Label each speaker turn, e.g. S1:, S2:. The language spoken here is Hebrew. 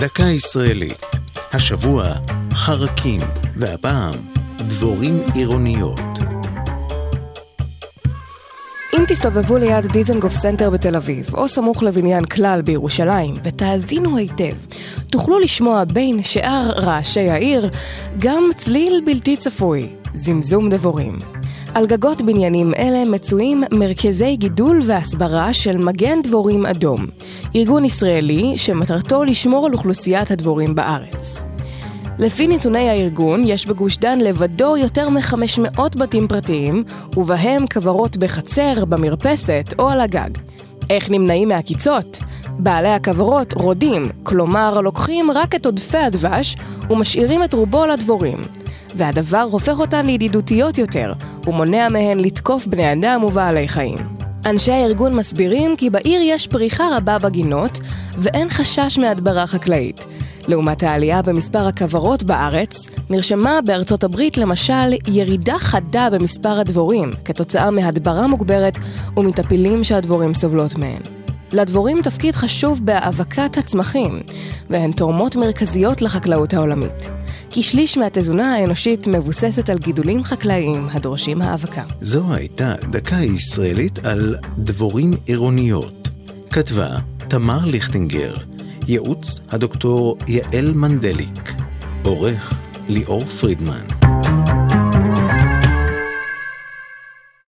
S1: דקה ישראלית. השבוע חרקים, והפעם דבורים עירוניות.
S2: אם תסתובבו ליד דיזנגוף סנטר בתל אביב, או סמוך לבניין כלל בירושלים, ותאזינו היטב, תוכלו לשמוע בין שאר רעשי העיר גם צליל בלתי צפוי, זמזום דבורים. על גגות בניינים אלה מצויים מרכזי גידול והסברה של מגן דבורים אדום, ארגון ישראלי שמטרתו לשמור על אוכלוסיית הדבורים בארץ. לפי נתוני הארגון, יש בגוש דן לבדו יותר מ-500 בתים פרטיים, ובהם כברות בחצר, במרפסת או על הגג. איך נמנעים מהקיצות? בעלי הכברות רודים, כלומר לוקחים רק את עודפי הדבש ומשאירים את רובו לדבורים. והדבר הופך אותן לידידותיות יותר, ומונע מהן לתקוף בני אדם ובעלי חיים. אנשי הארגון מסבירים כי בעיר יש פריחה רבה בגינות, ואין חשש מהדברה חקלאית. לעומת העלייה במספר הכברות בארץ, נרשמה בארצות הברית למשל ירידה חדה במספר הדבורים, כתוצאה מהדברה מוגברת ומטפילים שהדבורים סובלות מהן. לדבורים תפקיד חשוב בהאבקת הצמחים, והן תורמות מרכזיות לחקלאות העולמית. כשליש מהתזונה האנושית מבוססת על גידולים חקלאיים הדורשים האבקה.
S1: זו הייתה דקה ישראלית על דבורים עירוניות. כתבה תמר ליכטינגר, ייעוץ הדוקטור יעל מנדליק, עורך ליאור פרידמן.